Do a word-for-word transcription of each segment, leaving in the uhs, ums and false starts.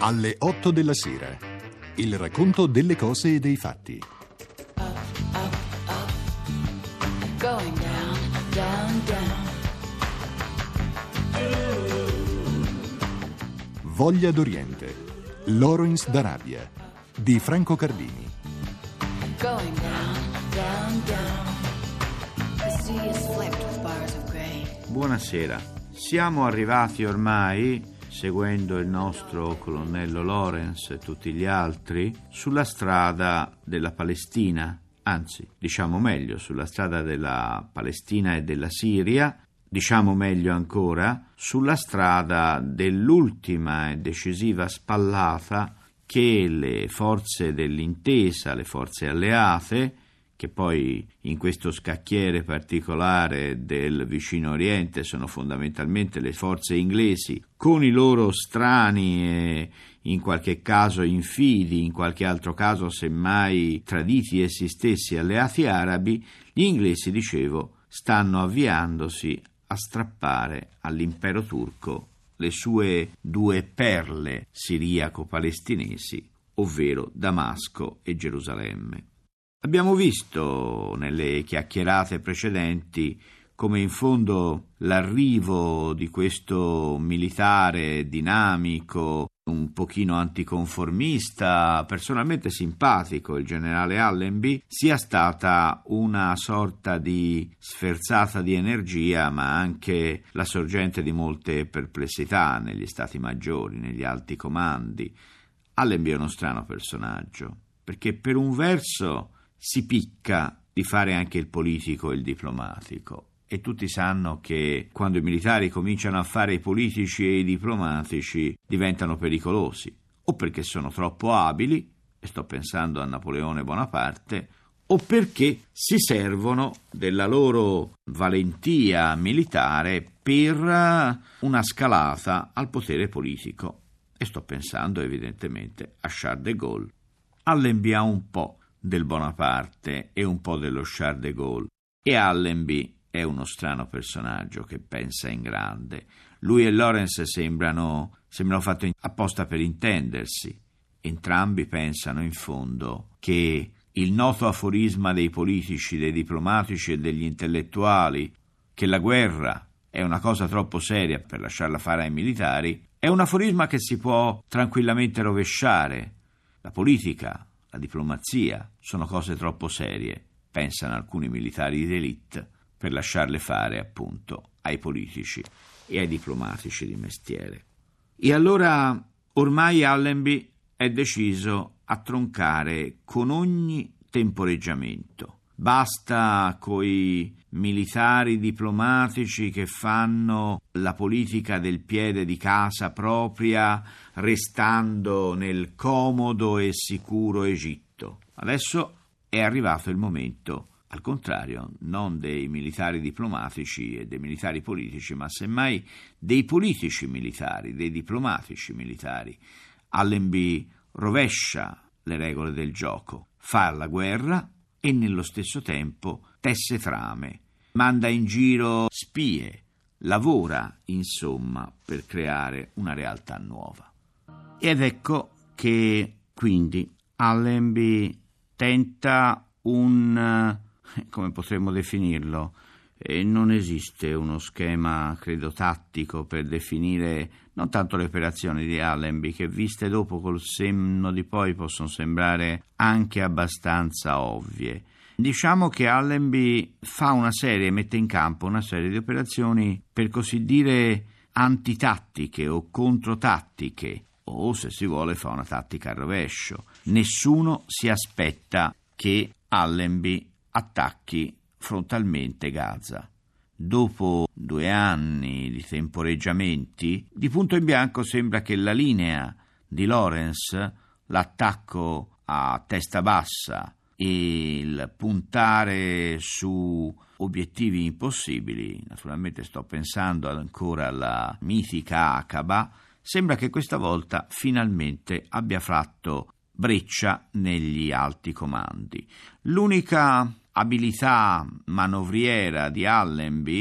Alle otto della sera. Il racconto delle cose e dei fatti. Going down, down, down. Voglia d'Oriente. Lawrence d'Arabia di Franco Cardini. Going down, down, down. The sea is flecked with bars of gray. Buonasera. Siamo arrivati ormai, seguendo il nostro colonnello Lawrence e tutti gli altri, sulla strada della Palestina, anzi, diciamo meglio, sulla strada della Palestina e della Siria, diciamo meglio ancora, sulla strada dell'ultima e decisiva spallata che le forze dell'intesa, le forze alleate, che poi in questo scacchiere particolare del vicino Oriente sono fondamentalmente le forze inglesi, con i loro strani e in qualche caso infidi, in qualche altro caso semmai traditi essi stessi alleati arabi, gli inglesi, dicevo, stanno avviandosi a strappare all'impero turco le sue due perle siriaco-palestinesi, ovvero Damasco e Gerusalemme. Abbiamo visto nelle chiacchierate precedenti come in fondo l'arrivo di questo militare dinamico, un pochino anticonformista, personalmente simpatico, il generale Allenby, sia stata una sorta di sferzata di energia, ma anche la sorgente di molte perplessità negli stati maggiori, negli alti comandi. Allenby è uno strano personaggio, perché per un verso si picca di fare anche il politico e il diplomatico, e tutti sanno che quando i militari cominciano a fare i politici e i diplomatici diventano pericolosi, o perché sono troppo abili, e sto pensando a Napoleone Bonaparte, o perché si servono della loro valentia militare per una scalata al potere politico, e sto pensando evidentemente a Charles de Gaulle. Allenby ha un po' del Bonaparte e un po' dello Charles de Gaulle, e Allenby è uno strano personaggio che pensa in grande. Lui e Lawrence sembrano, sembrano fatti apposta per intendersi. Entrambi pensano in fondo che il noto aforisma dei politici, dei diplomatici e degli intellettuali, che la guerra è una cosa troppo seria per lasciarla fare ai militari, è un aforisma che si può tranquillamente rovesciare. La politica, la diplomazia sono cose troppo serie, pensano alcuni militari d'élite, per lasciarle fare appunto ai politici e ai diplomatici di mestiere. E allora ormai Allenby è deciso a troncare con ogni temporeggiamento. Basta coi militari diplomatici che fanno la politica del piede di casa propria, restando nel comodo e sicuro Egitto. Adesso è arrivato il momento, al contrario, non dei militari diplomatici e dei militari politici, ma semmai dei politici militari, dei diplomatici militari. Allenby rovescia le regole del gioco, fa la guerra e nello stesso tempo tesse trame, manda in giro spie, lavora insomma per creare una realtà nuova. Ed ecco che quindi Allenby tenta un, come potremmo definirlo, e non esiste uno schema, credo, tattico per definire non tanto le operazioni di Allenby, che viste dopo col senno di poi possono sembrare anche abbastanza ovvie. Diciamo che Allenby fa una serie, mette in campo una serie di operazioni, per così dire, antitattiche o controtattiche, o se si vuole fa una tattica al rovescio. Nessuno si aspetta che Allenby attacchi frontalmente Gaza. Dopo due anni di temporeggiamenti, di punto in bianco sembra che la linea di Lawrence, l'attacco a testa bassa e il puntare su obiettivi impossibili, naturalmente sto pensando ancora alla mitica Aqaba, sembra che questa volta finalmente abbia fatto breccia negli alti comandi. L'unica abilità manovriera di Allenby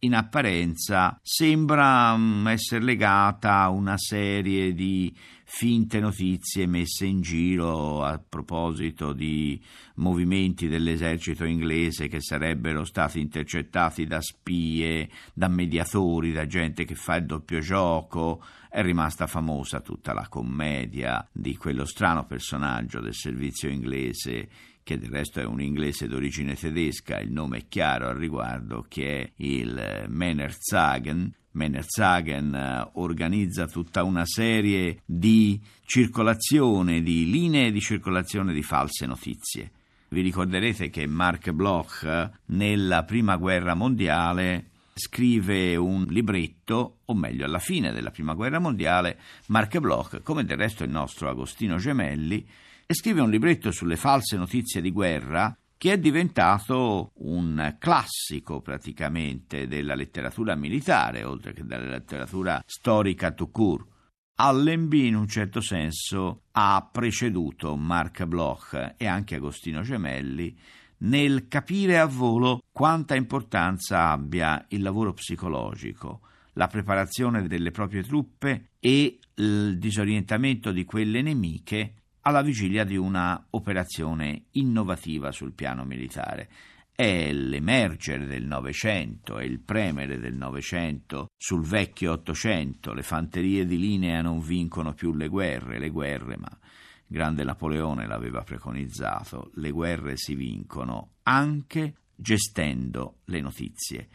in apparenza sembra um, essere legata a una serie di finte notizie messe in giro a proposito di movimenti dell'esercito inglese che sarebbero stati intercettati da spie, da mediatori, da gente che fa il doppio gioco. È rimasta famosa tutta la commedia di quello strano personaggio del servizio inglese, che del resto è un inglese d'origine tedesca, il nome è chiaro al riguardo, che è il Männerzagen. Männerzagen organizza tutta una serie di circolazione, di linee di circolazione di false notizie. Vi ricorderete che Marc Bloch nella Prima Guerra Mondiale scrive un libretto, o meglio alla fine della Prima Guerra Mondiale, Marc Bloch, come del resto il nostro Agostino Gemelli, scrive un libretto sulle false notizie di guerra che è diventato un classico praticamente della letteratura militare, oltre che della letteratura storica tout court. Allenby in un certo senso ha preceduto Marc Bloch e anche Agostino Gemelli nel capire a volo quanta importanza abbia il lavoro psicologico, la preparazione delle proprie truppe e il disorientamento di quelle nemiche alla vigilia di una operazione innovativa sul piano militare. È l'emergere del Novecento, è il premere del Novecento sul vecchio Ottocento. Le fanterie di linea non vincono più le guerre, le guerre, ma il grande Napoleone l'aveva preconizzato, le guerre si vincono anche gestendo le notizie.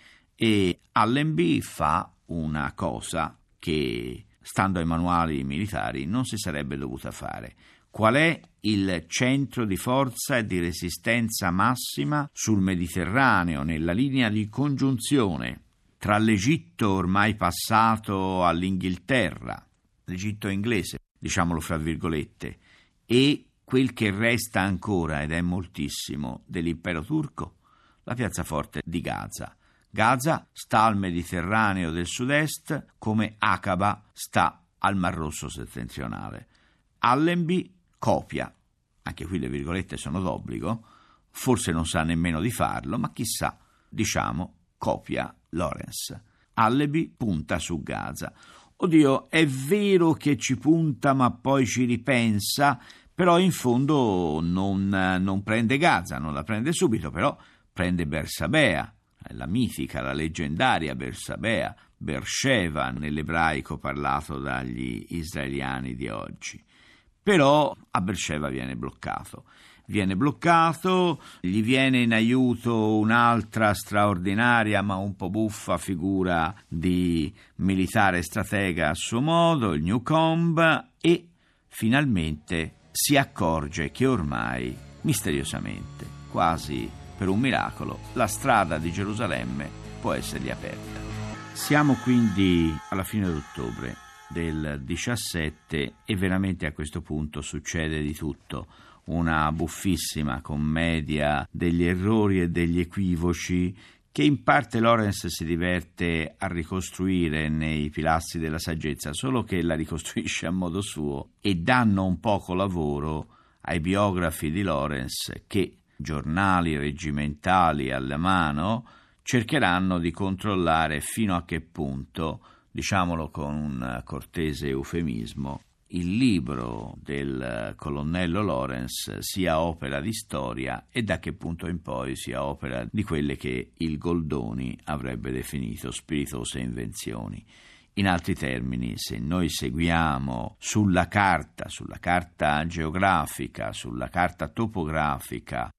E Allenby fa una cosa che, stando ai manuali militari, non si sarebbe dovuta fare. Qual è il centro di forza e di resistenza massima sul Mediterraneo, nella linea di congiunzione tra l'Egitto ormai passato all'Inghilterra, l'Egitto inglese, diciamolo fra virgolette, e quel che resta ancora, ed è moltissimo, dell'impero turco? La piazzaforte di Gaza. Gaza sta al Mediterraneo del sud-est come Aqaba sta al Mar Rosso settentrionale. Allenby copia, anche qui le virgolette sono d'obbligo, forse non sa nemmeno di farlo, ma chissà, diciamo, copia Lawrence. Allenby punta su Gaza. Oddio, è vero che ci punta ma poi ci ripensa, però in fondo non, non prende Gaza, non la prende subito, però prende Bersabea, la mitica, la leggendaria Bersabea, Beersheva nell'ebraico parlato dagli israeliani di oggi. Però a Beersheva viene bloccato. Viene bloccato, gli viene in aiuto un'altra straordinaria ma un po' buffa figura di militare stratega a suo modo, il Newcomb, e finalmente si accorge che ormai, misteriosamente, quasi per un miracolo, la strada di Gerusalemme può essergli aperta. Siamo quindi alla fine d'ottobre del diciassette e veramente a questo punto succede di tutto. Una buffissima commedia degli errori e degli equivoci che in parte Lawrence si diverte a ricostruire nei pilastri della saggezza, solo che la ricostruisce a modo suo e danno un poco lavoro ai biografi di Lawrence che, giornali reggimentali alla mano, cercheranno di controllare fino a che punto, diciamolo con un cortese eufemismo, il libro del colonnello Lawrence sia opera di storia e da che punto in poi sia opera di quelle che il Goldoni avrebbe definito spiritose invenzioni. In altri termini, se noi seguiamo sulla carta, sulla carta geografica, sulla carta topografica,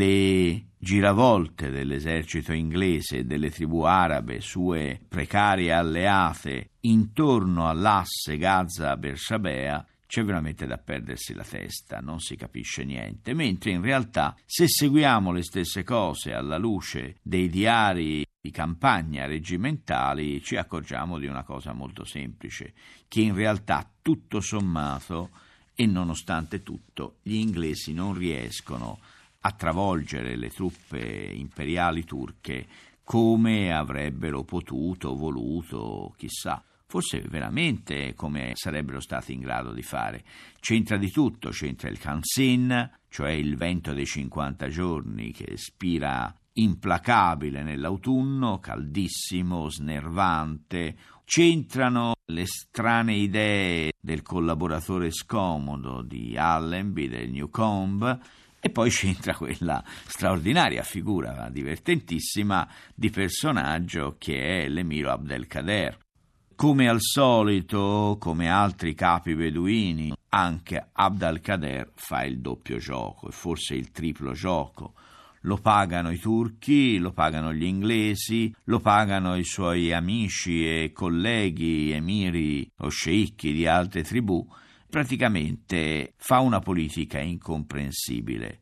le giravolte dell'esercito inglese e delle tribù arabe, sue precarie alleate, intorno all'asse Gaza-Bersabea, c'è veramente da perdersi la testa, non si capisce niente, mentre in realtà se seguiamo le stesse cose alla luce dei diari di campagna reggimentali ci accorgiamo di una cosa molto semplice, che in realtà tutto sommato e nonostante tutto gli inglesi non riescono a travolgere le truppe imperiali turche come avrebbero potuto, voluto, chissà. Forse veramente come sarebbero stati in grado di fare. C'entra di tutto, c'entra il Khamsin, cioè il vento dei cinquanta giorni che spira implacabile nell'autunno, caldissimo, snervante. C'entrano le strane idee del collaboratore scomodo di Allenby, del Newcomb, e poi c'entra quella straordinaria figura divertentissima di personaggio che è l'emiro Abdelkader. Come al solito, come altri capi beduini, anche Abdelkader fa il doppio gioco e forse il triplo gioco. Lo pagano i turchi, lo pagano gli inglesi, lo pagano i suoi amici e colleghi emiri o sceicchi di altre tribù. Praticamente fa una politica incomprensibile.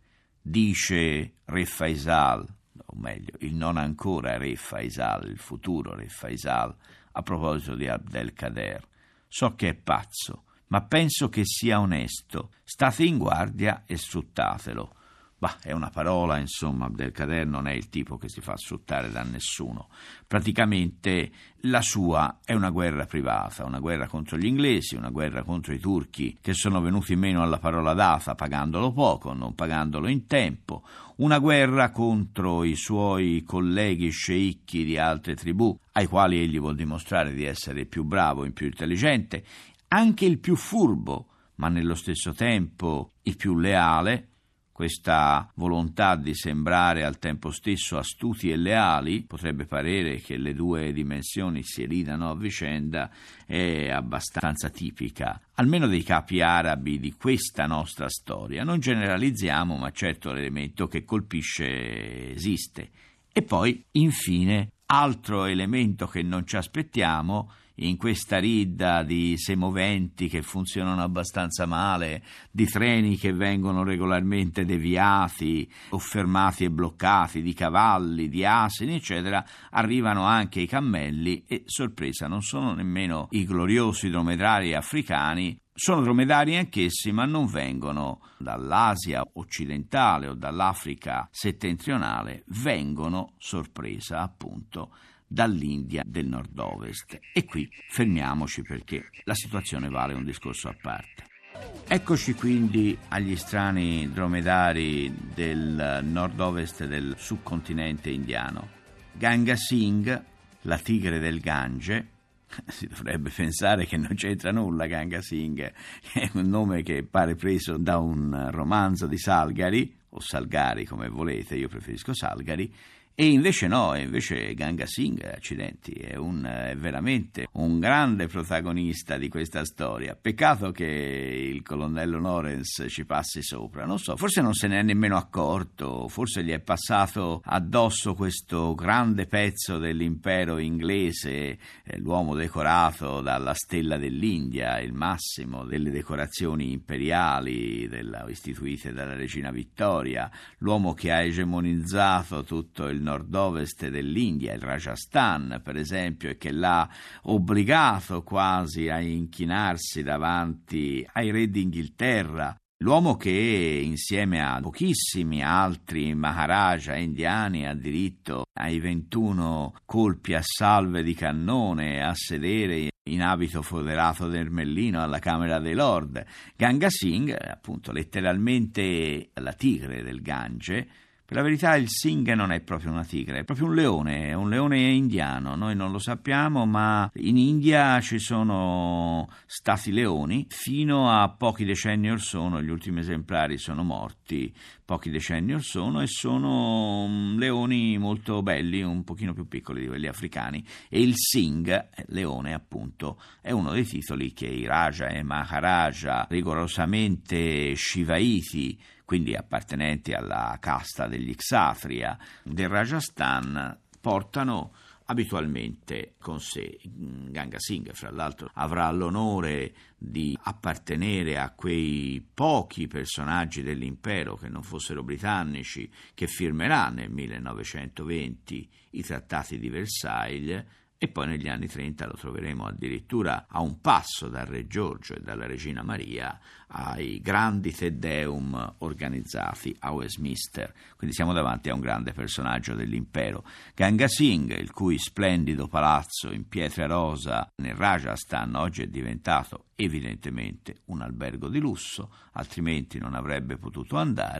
Dice Re Faisal, o meglio, il non ancora Re Faisal, il futuro Re Faisal, a proposito di Abdelkader: so che è pazzo, ma penso che sia onesto. State in guardia e sfruttatelo. Bah, è una parola, insomma. Abdelkader non è il tipo che si fa sfruttare da nessuno. Praticamente la sua è una guerra privata, una guerra contro gli inglesi, una guerra contro i turchi che sono venuti meno alla parola data, pagandolo poco, non pagandolo in tempo, una guerra contro i suoi colleghi sceicchi di altre tribù, ai quali egli vuol dimostrare di essere il più bravo, il più intelligente, anche il più furbo, ma nello stesso tempo il più leale. Questa volontà di sembrare al tempo stesso astuti e leali, potrebbe parere che le due dimensioni si elidano a vicenda, è abbastanza tipica, almeno dei capi arabi di questa nostra storia. Non generalizziamo, ma certo l'elemento che colpisce esiste. E poi, infine, altro elemento che non ci aspettiamo in questa ridda di semoventi che funzionano abbastanza male, di treni che vengono regolarmente deviati o fermati e bloccati, di cavalli, di asini, eccetera, arrivano anche i cammelli e, sorpresa, non sono nemmeno i gloriosi dromedari africani. Sono dromedari anch'essi, ma non vengono dall'Asia occidentale o dall'Africa settentrionale, vengono, sorpresa appunto, dall'India del nord-ovest. E qui fermiamoci perché la situazione vale un discorso a parte. Eccoci quindi agli strani dromedari del nord-ovest del subcontinente indiano. Ganga Singh, la tigre del Gange. Si dovrebbe pensare che non c'entra nulla Ganga Singh, è un nome che pare preso da un romanzo di Salgari, o Salgari come volete, io preferisco Salgari, e invece no, invece Ganga Singh, accidenti, è, un, è veramente un grande protagonista di questa storia. Peccato che il colonnello Lawrence ci passi sopra, non so, forse non se ne è nemmeno accorto, forse gli è passato addosso questo grande pezzo dell'impero inglese, eh, l'uomo decorato dalla stella dell'India, il massimo delle decorazioni imperiali della, istituite dalla regina Vittoria, l'uomo che ha egemonizzato tutto il nord-ovest dell'India, il Rajasthan per esempio, e che l'ha obbligato quasi a inchinarsi davanti ai re d'Inghilterra, l'uomo che insieme a pochissimi altri Maharaja indiani ha diritto ai ventuno colpi a salve di cannone a sedere in abito foderato d'ermellino alla Camera dei Lord. Ganga Singh, appunto letteralmente la tigre del Gange. Per la verità il Singh non è proprio una tigre, è proprio un leone, è un leone indiano, noi non lo sappiamo, ma in India ci sono stati leoni fino a pochi decenni or sono, gli ultimi esemplari sono morti pochi decenni or sono e sono leoni molto belli, un pochino più piccoli di quelli africani, e il Singh, leone appunto, è uno dei titoli che i Raja e Maharaja rigorosamente shivaiti, quindi appartenenti alla casta degli Kshatriya del Rajasthan, portano abitualmente con sé. Ganga Singh, fra l'altro, avrà l'onore di appartenere a quei pochi personaggi dell'impero che non fossero britannici che firmerà nel millenovecentoventi i trattati di Versailles, e poi negli anni trenta lo troveremo addirittura a un passo dal re Giorgio e dalla regina Maria ai grandi Te Deum organizzati a Westminster. Quindi siamo davanti a un grande personaggio dell'impero. Ganga Singh, il cui splendido palazzo in pietra rosa nel Rajasthan oggi è diventato evidentemente un albergo di lusso, altrimenti non avrebbe potuto andare.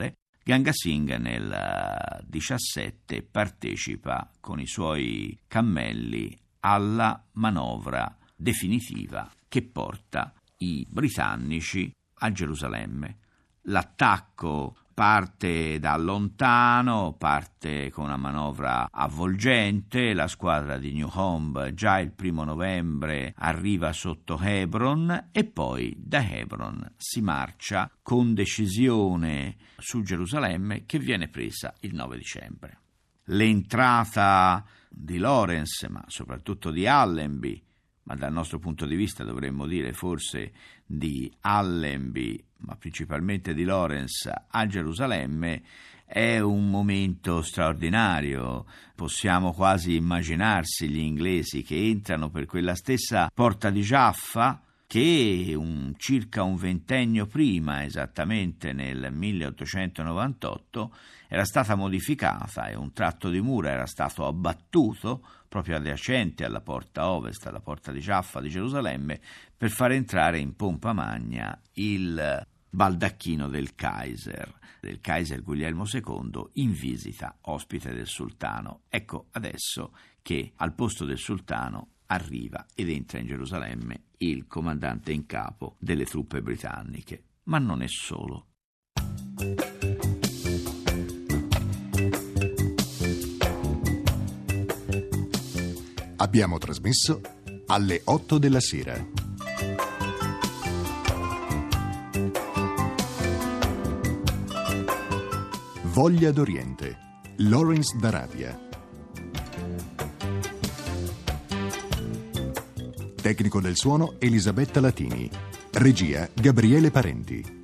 Ganga Singh nel diciassette partecipa con i suoi cammelli alla manovra definitiva che porta i britannici a Gerusalemme. L'attacco parte da lontano, parte con una manovra avvolgente, la squadra di New Hope già il primo novembre arriva sotto Hebron e poi da Hebron si marcia con decisione su Gerusalemme, che viene presa il nove dicembre. L'entrata di Lawrence, ma soprattutto di Allenby, ma dal nostro punto di vista dovremmo dire forse di Allenby, ma principalmente di Lawrence, a Gerusalemme, è un momento straordinario. Possiamo quasi immaginarsi gli inglesi che entrano per quella stessa porta di Giaffa che un, circa un ventennio prima, esattamente nel milleottocentonovantotto, era stata modificata e un tratto di muro era stato abbattuto proprio adiacente alla porta ovest, alla porta di Giaffa di Gerusalemme, per far entrare in pompa magna il baldacchino del Kaiser, del Kaiser Guglielmo secondo, in visita, ospite del sultano. Ecco adesso che al posto del sultano arriva ed entra in Gerusalemme il comandante in capo delle truppe britanniche. Ma non è solo. Abbiamo trasmesso alle otto della sera. Voglia d'Oriente, Lawrence d'Arabia. Tecnico del suono Elisabetta Latini. Regia Gabriele Parenti.